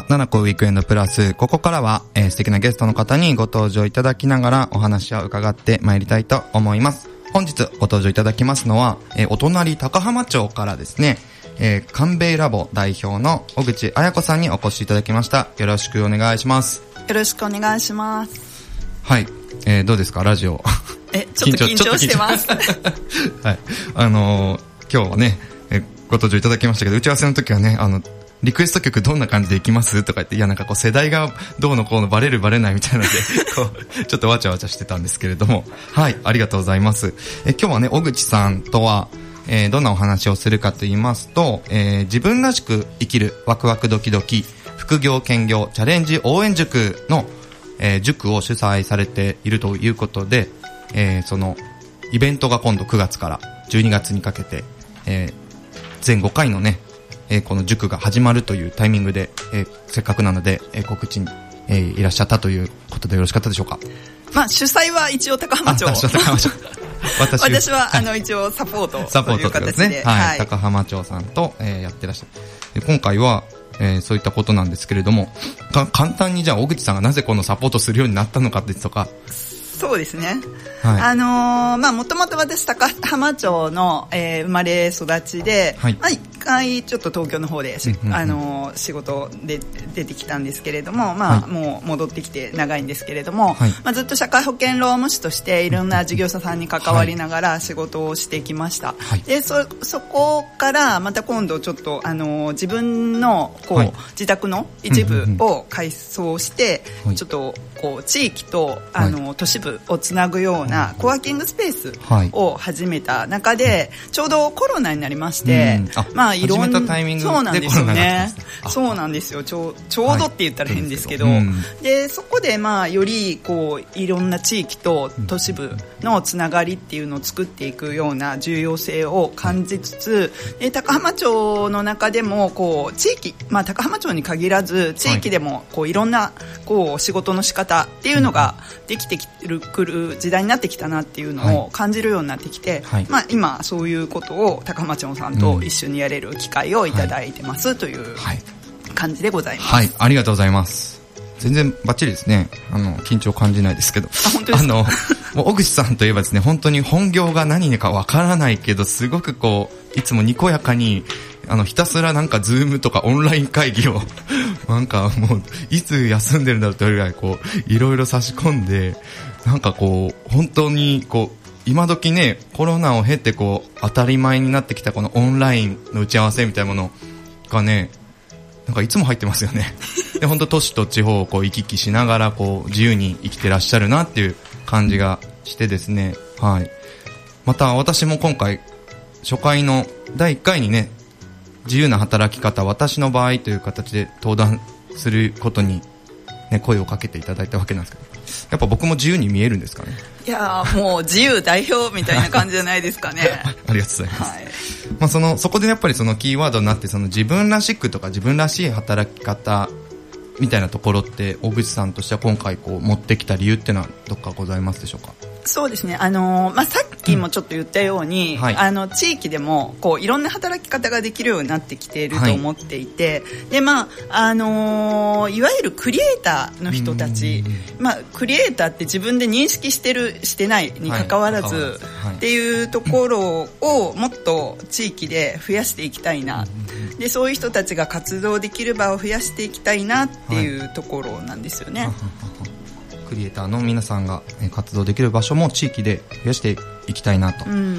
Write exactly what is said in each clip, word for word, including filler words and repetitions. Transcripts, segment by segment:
ななこウィークエンドプラス。ここからは、えー、素敵なゲストの方にご登場いただきながらお話を伺ってまいりたいと思います。本日ご登場いただきますのは、えー、お隣高浜町からですね、えー、カンベイラボ代表の小口彩子さんにお越しいただきました。よろしくお願いします。 よろしくお願いします。 はい、えー、どうですかラジオ。 え、ちょっと緊張してます。 はい、あのー、今日はね、えー、ご登場いただきましたけど、打ち合わせの時はね、あのリクエスト曲どんな感じでいきますとか言って、いやなんかこう世代がどうのこうのバレるバレないみたいなのでこうちょっとわちゃわちゃしてたんですけれども、はい、ありがとうございます。え今日はね、小口さんとは、えー、どんなお話をするかと言いますと、えー、自分らしく生きるワクワクドキドキ副業兼業チャレンジ応援塾の、えー、塾を主催されているということで、えー、そのイベントが今度くがつからじゅうにがつにかけて、えー、全ごかいのね、えー、この塾が始まるというタイミングで、えー、せっかくなので、えー、告知に、えー、いらっしゃったということでよろしかったでしょうか。 まあ主催は一応高浜町。 私私, 私はあの一応サポートサポートという形ですね。 で、 はい、 はい、 高浜町さんと、えー、やってらっしゃる。今回は、えー、そういったことなんですけれども、簡単にじゃあ小口さんがなぜこのサポートするようになったのかですとか。 そうですね。 はい、 あのー、まあもともと私高浜町の、えー、生まれ育ちで、はい、まあ一回ちょっと東京の方でし、うんうんうん、あのー、仕事で出てきたんですけれども、まあ、はい、もう戻ってきて長いんですけれども、はい、まあずっと社会保険労務士としていろんな事業者さんに関わりながら仕事をしてきました。はい、でそそこからまた今度ちょっとあのー、自分のこう、はい、自宅の一部を改装して、はい、ちょっとこう地域とあの、はい、都市部をつなぐようなコワーキングスペースを始めた中で、ちょうどコロナになりまして、まあいろんな、そうなんですよね。そうなんですよ。ちょう、ちょうどって言ったら変ですけど、はい、でそこでまあよりこういろんな地域と都市部のつながりっていうのを作っていくような重要性を感じつつ、で高浜町の中でもこう地域、まあ高浜町に限らず地域でもこういろんなこう仕事の仕方っていうのができてきてるくる時代になってきたなっていうのを感じるようになってきて、はい、まあ、今そういうことを高浜町さんと一緒にやれる機会をいただいてますという感じでございます。 はい、はい、ありがとうございます。全然バッチリですね。あの緊張感じないですけど、 あ、本当ですか。あのもう小口さんといえばですね、本当に本業が何かわからないけどすごくこういつもにこやかにあのひたすらなんかズームとかオンライン会議をなんかもういつ休んでるんだろうというぐらいこういろいろ差し込んで、なんかこう本当にこう今時ね、コロナを経てこう当たり前になってきたこのオンラインの打ち合わせみたいなものがね、なんかいつも入ってますよね。で本当都市と地方をこう行き来しながらこう自由に生きてらっしゃるなっていう感じがしてですね。はい。また私も今回初回のだいいっかいにね、自由な働き方私の場合という形で登壇することに、ね、声をかけていただいたわけなんですけど、やっぱ僕も自由に見えるんですかね。 いやもう自由代表みたいな感じじゃないですかね。 ありがとうございます。はい、まあ、そのそこでやっぱりそのキーワードになって、その自分らしくとか自分らしい働き方みたいなところって小口さんとしては今回こう持ってきた理由っていうのはどっかございますでしょうか。 そうですね、あのーまあ、さっきもちょっと言ったように、うん、はい、あの地域でもこういろんな働き方ができるようになってきていると思っていて、はい、でまああのー、いわゆるクリエイターの人たち、まあ、クリエイターって自分で認識してるしてないに関わらず、はいはい、っていうところをもっと地域で増やしていきたいな、でそういう人たちが活動できる場を増やしていきたいなっていうところなんですよね。はい、 クリエイターの皆さんが活動できる場所も地域で増やしていきたいなと、うんうん、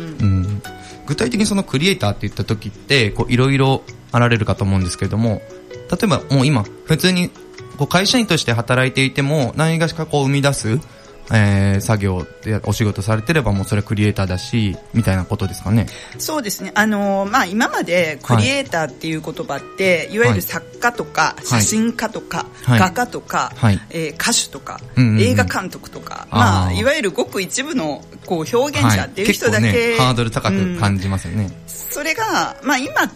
具体的にそのクリエイターって言った時っていろいろあられるかと思うんですけれども、例えばもう今普通にこう会社員として働いていても何がしかこう生み出す、えー、作業でお仕事されてればもうそれはクリエイターだしみたいなことですかね。 そうですね、あのーまあ、今までクリエイターっていう言葉って、はい、いわゆる作家とか、はい、写真家とか、はい、画家とか、はい、えー、歌手とか、うんうんうん、映画監督とか、まあ、いわゆるごく一部のこう表現者っていう人だけ、はい、 結構ねハードル高く感じますよね、うん、 それが、まあ、今って、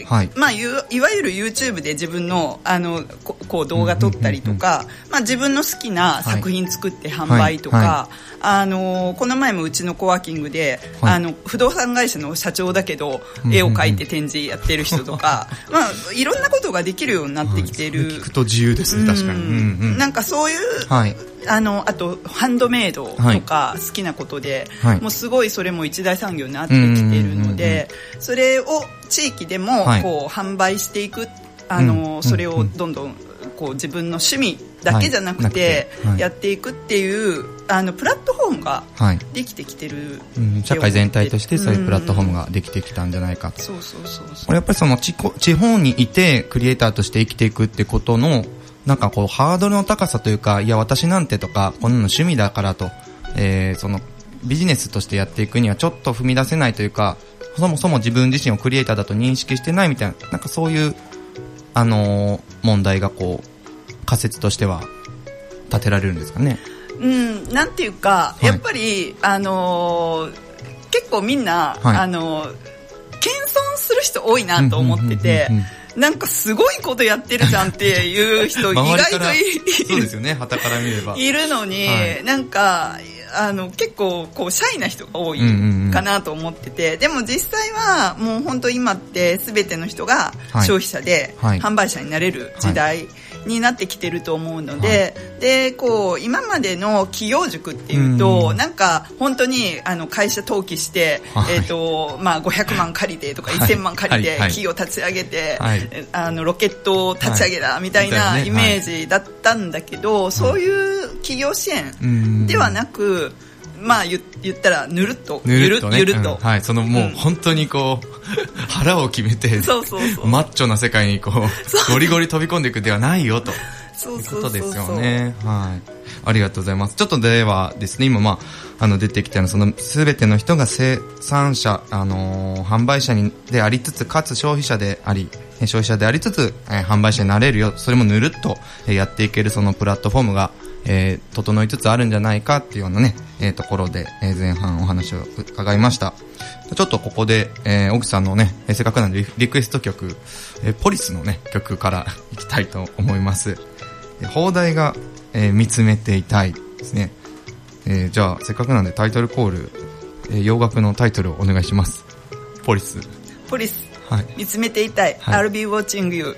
はい、まあ、いわゆる YouTube で自分の、あのここう動画撮ったりとか、まあ、自分の好きな作品作って販売とか、はいはい、あのこの前もうちのコワーキングで、はい、あの不動産会社の社長だけど絵を描いて展示やってる人とか、まあ、いろんなことができるようになってきてる、はい、 聞くと自由ですね、確かに、うんうん、 なんかそういう、はい、あのあとハンドメイドとか好きなことで、はい、もうすごいそれも一大産業になってきているので、それを地域でもこう販売していく、あのそれをどんどんこう自分の趣味だけじゃなくてやっていくっていうあのプラットフォームができてきてる、 うん、社会全体としてそういうプラットフォームができてきたんじゃないかと。 そうそうそうそう。 これやっぱりその地方にいてクリエイターとして生きていくってことのなんかこうハードルの高さというか、いや私なんてとかこんなの趣味だからと、えー、そのビジネスとしてやっていくにはちょっと踏み出せないというか、そもそも自分自身をクリエイターだと認識してないみたいな、なんかそういうあのー、問題がこう仮説としては立てられるんですかね。 うん、なんていうか、はい、やっぱりあのー、結構みんな、はい、あのー、謙遜する人多いなと思ってて。なんかすごいことやってるじゃんっていう人意外といそうですよね、旗から見ればいるのに、はい、なんかあの結構こうシャイな人が多いかなと思ってて、うんうんうん、でも実際はもう本当今って全ての人が消費者で販売者になれる時代になってきてると思うので、はい、でこう今までの企業塾っていうと、うん、なんか本当にあの会社登記して、はい、えーとまあ、ごひゃくまん借りてとかいっせんまん借りて企業立ち上げて、はい、あのロケットを立ち上げたみたいなイメージだったんだけど、はい、そういう企業支援ではなく、まあ 言, 言ったらぬるっとぬるっと、ね、 ゆるっと、 うん、はい、そのもう本当にこう、うん、腹を決めてそうそうそうマッチョな世界にこうゴリゴリ飛び込んでいくではないよとそうそうそうそういうことですよね。はい、ありがとうございます。ちょっとではですね、今まああの出てきたのそのすべての人が生産者、あのー、販売者にでありつつかつ消費者であり消費者でありつつ、えー、販売者になれるよ、それもぬるっと、えー、やっていけるそのプラットフォームが、えー、整いつつあるんじゃないかっていうようなね、えー、ところで、えー、前半お話を伺いました。ちょっとここで、えー、奥さんのね、えー、せっかくなんでリクエスト曲、えー、ポリスのね曲からいきたいと思います。えー、放題が、えー、見つめていたいですね。えー、じゃあせっかくなんでタイトルコール、えー、洋楽のタイトルをお願いします。ポリスポリス、はい、見つめていたい、はい、I'll be watching you。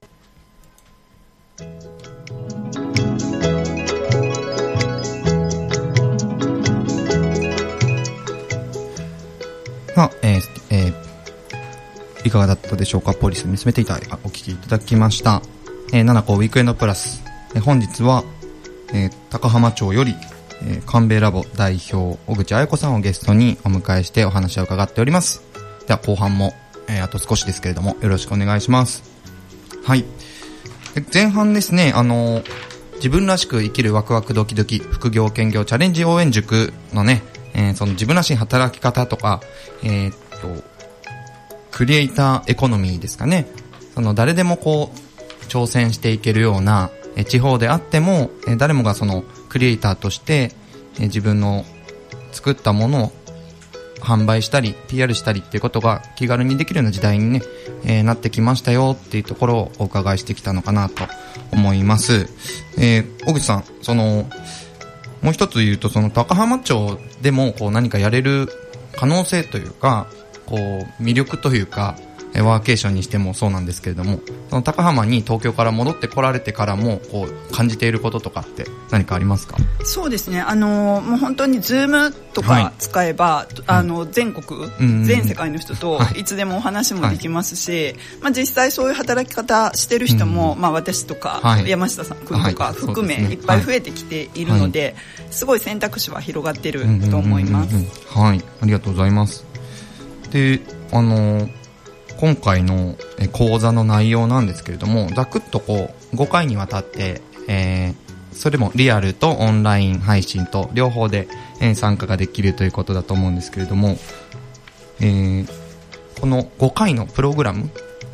まあえーえー、いかがだったでしょうか。ポリス見つめていたい、お聞きいただきました。えー、ななこウィークエンドプラス、えー、本日は、えー、高浜町よりえー、カンベラボ代表小口彩子さんをゲストにお迎えしてお話を伺っております。では後半も、えー、あと少しですけれどもよろしくお願いします。はい、前半ですね、あのー、自分らしく生きるワクワクドキドキ副業兼業チャレンジ応援塾のね、えー、その自分らしい働き方とか、えー、っとクリエイターエコノミーですかね、その誰でもこう挑戦していけるような、えー、地方であっても、えー、誰もがそのクリエイターとして、えー、自分の作ったものを販売したり ピーアール したりっていうことが気軽にできるような時代にね、えー、なってきましたよっていうところをお伺いしてきたのかなと思います。えー、小口さん、そのもう一つ言うと、その高浜町でもこう何かやれる可能性というか、こう魅力というか、ワーケーションにしてもそうなんですけれども、その高浜に東京から戻ってこられてからもこう感じていることとかって何かありますか？ そうですね、あのもう本当にズームとか使えば、はい、あの全国、うん、全世界の人といつでもお話もできますし、はい、まあ、実際そういう働き方してる人も、うん、まあ、私とか、はい、山下さん君とか含め、はい、いっぱい増えてきているので、はい、すごい選択肢は広がってると思います。 はい、ありがとうございます。で、あの今回の講座の内容なんですけれども、ざくっとこうごかいにわたって、えー、それもリアルとオンライン配信と両方で参加ができるということだと思うんですけれども、えー、このごかいのプログラム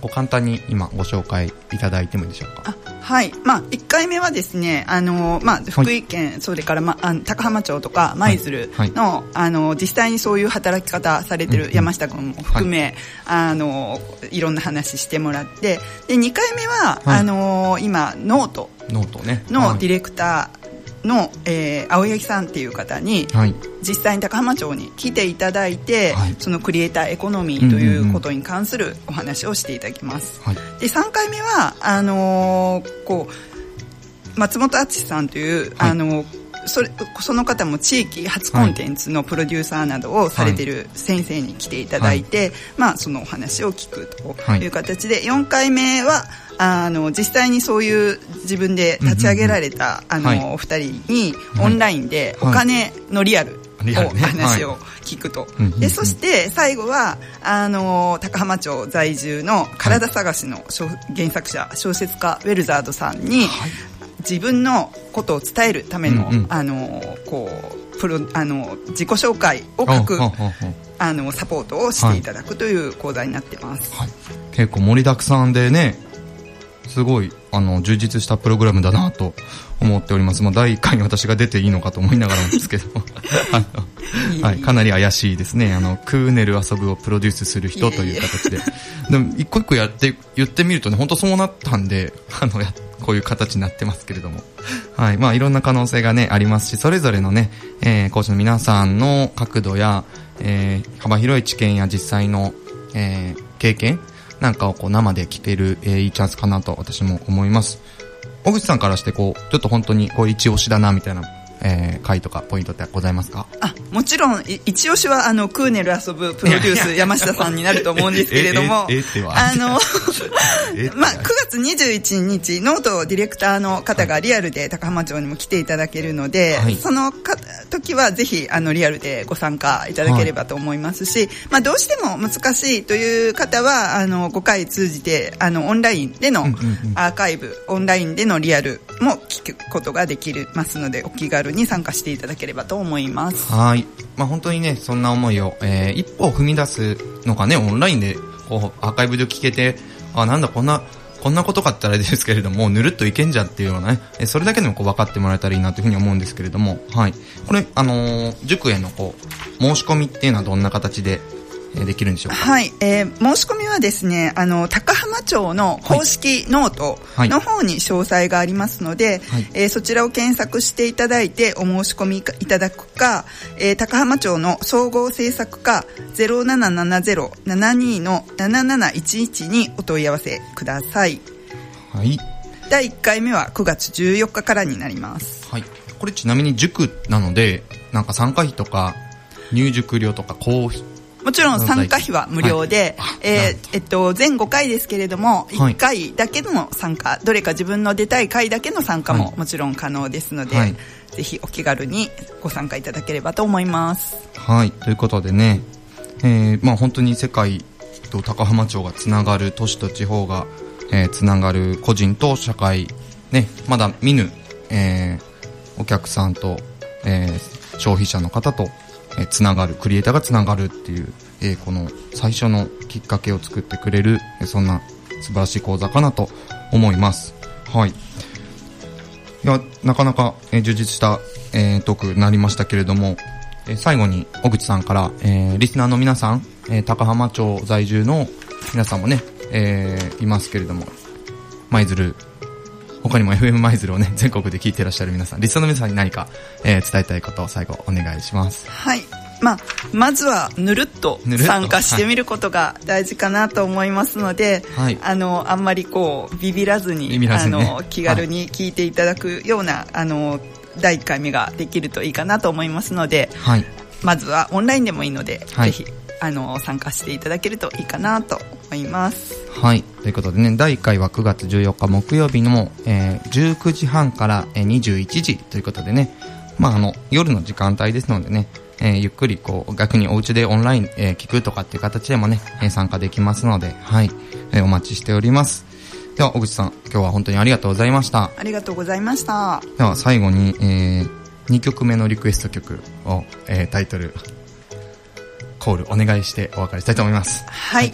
こう簡単に今ご紹介いただいてもいいでしょうか。 あ、はい。まあ、いっかいめはですね、あの、まあ、福井県、はい、それから、ま、あの高浜町とか舞鶴の、はいはい、あの、実際にそういう働き方されてる山下君も含め、うんうん、あの、いろんな話してもらって、で、にかいめは、はい、あの、今、ノートノートねのディレクター、の、えー、青柳さんっていう方に、はい、実際に高浜町に来ていただいて、はい、そのクリエイターエコノミーということに関するお話をしていただきます、はい、でさんかいめはあのー、こう松本敦さんという、はい、あのーそれその方も地域発コンテンツのプロデューサーなどをされている先生に来ていただいて、はい、まあ、そのお話を聞くという形で、はい、よんかいめはあの実際にそういう自分で立ち上げられた、うんうん、あの、はい、お二人にオンラインでお金のリアルを話を聞くと、はい、でそして最後はあの高浜町在住の体探しの原作者小説家ウェルザードさんに、はい、自分のことを伝えるための、うんうん、あのこうプロあの自己紹介を書くあのサポートをしていただくという講座になってます、はいはい、 結構盛りだくさんでね、すごいあの充実したプログラムだなと思っております。もうだいいっかいに私が出ていいのかと思いながらなんですけどあの、はい、かなり怪しいですね。あのクーネル遊ぶをプロデュースする人という形ででも一個一個やって言ってみるとね、本当そうなったんで、あのやこういう形になってますけれども、はい、まあいろんな可能性がねありますし、それぞれのね、えー、講師の皆さんの角度や、えー、幅広い知見や実際の、えー、経験なんかをこう生で聞ける、えー、いいチャンスかなと私も思います。小口さんからしてこうちょっと本当にこう一押しだなみたいな、えー、回とかポイントってございますか？ あ、もちろん一押しはあのクーネル遊ぶプロデュース山下さんになると思うんですけれども、 ええええあのまあくがつにじゅういちにちノートディレクターの方がリアルで高浜町にも来ていただけるので、はい、そのか時はぜひあのリアルでご参加いただければと思いますし、はい、まあどうしても難しいという方はあのごかい通じてあのオンラインでのアーカイブ、うんうんうん、オンラインでのリアルも聞くことができますので、お気軽に参加していただければと思います。 はい、まあ、本当にねそんな思いを、えー、一歩踏み出すのがね、オンラインでこうアーカイブで聞けて、あ、なんだこんなこんなことかってあれですけれども、ぬるっといけんじゃんっていうようなね、それだけでもこう分かってもらえたらいいなというふうに思うんですけれども、はい、これあのー、塾へのこう申し込みっていうのはどんな形でできるんでしょうか？ はい、えー、申し込みはですね、あの高浜町の公式ノートの方に詳細がありますので、はい、えー、そちらを検索していただいてお申し込みいただくか、えー、高浜町の総合政策課 ゼロななななゼロ ななに のなななないちいち にお問い合わせください。 はい、 だいいっかいめはくがつじゅうよっかからになります。 はい、これちなみに塾なのでなんか参加費とか入塾料とか公費もちろん参加費は無料で、はい、えー、えっと、全ごかいですけれども、いっかいだけの参加、どれか自分の出たい回だけの参加ももちろん可能ですので、はい、ぜひお気軽にご参加いただければと思います。 はい、ということでね、えー、まあ本当に世界と高浜町がつながる、都市と地方が、えー、つながる、個人と社会、ね、まだ見ぬ、えー、お客さんと、えー、消費者の方と、えー、つながる、クリエイターがつながるっていう、えー、この最初のきっかけを作ってくれる、えー、そんな素晴らしい講座かなと思います。はい。いや、なかなか、えー、充実した、えー、トークになりましたけれども、えー、最後に小口さんから、えー、リスナーの皆さん、えー、高浜町在住の皆さんもね、えー、いますけれども、舞鶴、他にも エフエム 舞鶴をね、全国で聞いていらっしゃる皆さん、リスナーの皆さんに何か、えー、伝えたいことを最後お願いします。 はい。まあ、まずはぬるっと参加してみることが大事かなと思いますので、はい、あのあんまりこうビビらずに、ビビらずにね、あの気軽に聞いていただくような、はい、あのだいいっかいめができるといいかなと思いますので、はい、まずはオンラインでもいいので、はい、ぜひあの参加していただけるといいかなと思います。 はい、ということでね、だいいっかいはくがつじゅうよっか木曜日の、えー、じゅうくじはんからにじゅういちじということでね、まああの夜の時間帯ですのでね、えー、ゆっくりこう逆にお家でオンライン、えー、聞くとかっていう形でもね、えー、参加できますので、はい、えー、お待ちしております。では小口さん、今日は本当にありがとうございました。 ありがとうございました。 では最後に、えー、にきょくめのリクエスト曲を、えー、タイトルコールお願いしてお別れしたいと思います。 はい、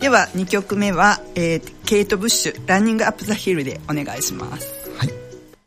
ではにきょくめは、えー、ケイト・ブッシュランニングアップザヒルでお願いします。 はい。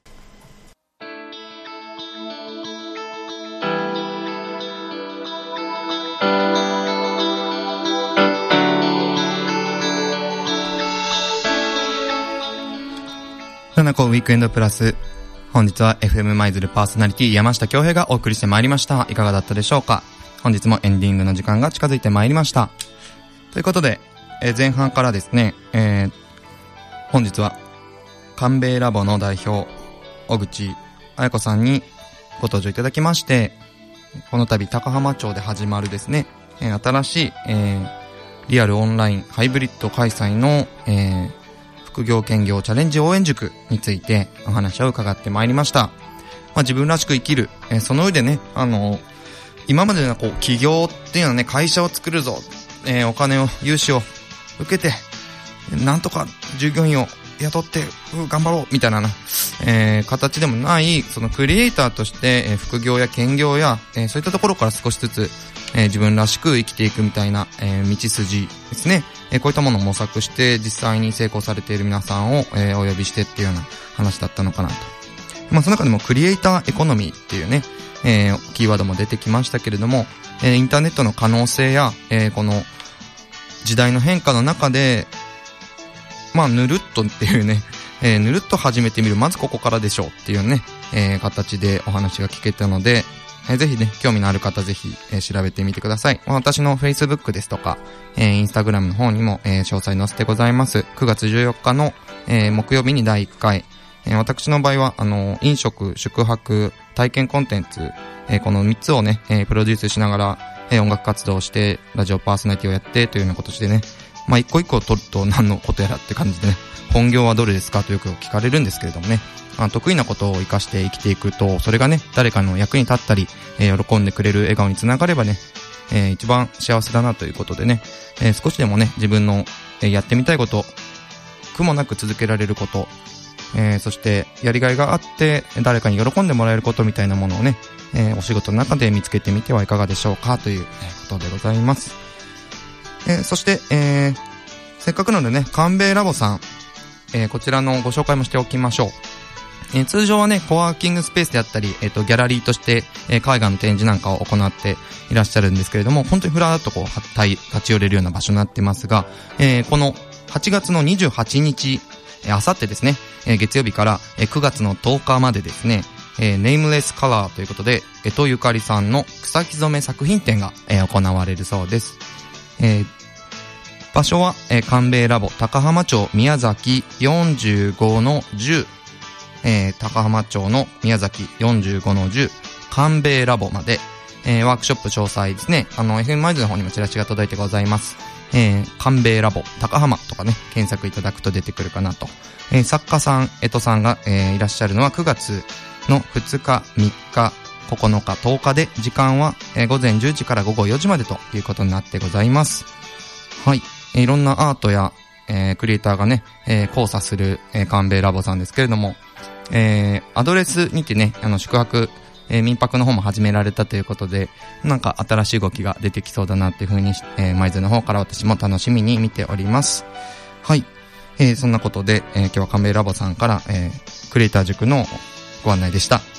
ななこウィークエンドプラス、本日は エフエム 舞鶴パーソナリティ山下恭平がお送りしてまいりました。いかがだったでしょうか。本日もエンディングの時間が近づいてまいりました。ということで、えー、前半からですね、えー、本日は官兵衛ラボの代表小口彩子さんにご登場いただきまして、この度高浜町で始まるですね、えー、新しい、えー、リアルオンラインハイブリッド開催の、えー副業兼業チャレンジ応援塾についてお話を伺ってまいりました。まあ、自分らしく生きる、えー、その上でね、あのー、今までのこう起業っていうのはね、会社を作るぞ、えー、お金を融資を受けてなんとか従業員を雇って頑張ろうみたいなな、えー、形でもない、そのクリエイターとして、えー、副業や兼業や、えー、そういったところから少しずつ、えー、自分らしく生きていくみたいな、えー、道筋ですね。えー、こういったものを模索して実際に成功されている皆さんを、えー、お呼びしてっていうような話だったのかなと。まあその中でもクリエイターエコノミーっていうね、えー、キーワードも出てきましたけれども、えー、インターネットの可能性や、えー、この時代の変化の中で、まあぬるっとっていうね、えー、ぬるっと始めてみる、まずここからでしょうっていうね、えー、形でお話が聞けたので、えー、ぜひね、興味のある方ぜひ、えー、調べてみてください。私の Facebook ですとか、えー、Instagram の方にも、えー、詳細載せてございます。くがつじゅうよっかの、えー、木曜日にだいいっかい、えー、私の場合は、あの、飲食、宿泊、体験コンテンツ、えー、このみっつをね、えー、プロデュースしながら、えー、音楽活動をして、ラジオパーソナリティをやってというような形でね、まあ、一個一個取ると何のことやらって感じでね、本業はどれですかとよく聞かれるんですけれどもね、あ得意なことを活かして生きていくと、それがね、誰かの役に立ったり、えー、喜んでくれる笑顔につながればね、えー、一番幸せだなということでね、えー、少しでもね、自分の、えー、やってみたいこと、苦もなく続けられること、えー、そしてやりがいがあって誰かに喜んでもらえることみたいなものをね、えー、お仕事の中で見つけてみてはいかがでしょうかということでございます。えー、そして、えー、せっかくなのでね、官兵衛ラボさん、えー、こちらのご紹介もしておきましょう。えー、通常はね、コワーキングスペースであったり、えっと、ギャラリーとして、えー、絵画の展示なんかを行っていらっしゃるんですけれども、本当にふらーっとこう、立ち寄れるような場所になってますが、えー、このはちがつのにじゅうはちにち、えー、あさってですね、えー、月曜日から、えー、くがつのとおかまでですね、えー、ネームレスカラーということで、江戸ゆかりさんの草木染め作品展が、えー、行われるそうです。えー、場所は、えー、官兵衛ラボ高浜町宮崎 よんじゅうごのじゅう、えー、高浜町の宮崎 よんじゅうごのじゅう 官兵衛ラボまで、えー、ワークショップ詳細ですね、あの エフエム マイズの方にもチラシが届いてございます。えー、官兵衛ラボ高浜とかね、検索いただくと出てくるかなと。えー、作家さん、江戸さんが、えー、いらっしゃるのはくがつのふつか、みっか、ここのか、とおかで、時間は、えー、午前じゅうじから午後よじまでということになってございます。はい。えー、いろんなアートや、えー、クリエイターがね、えー、交差する、えー、官兵衛ラボさんですけれども、えー、アドレスにてね、あの、宿泊、えー、民泊の方も始められたということで、なんか新しい動きが出てきそうだなっていう風に、えー、舞鶴の方から私も楽しみに見ております。はい。えー、そんなことで、えー、今日は官兵衛ラボさんから、えー、クリエイター塾のご案内でした。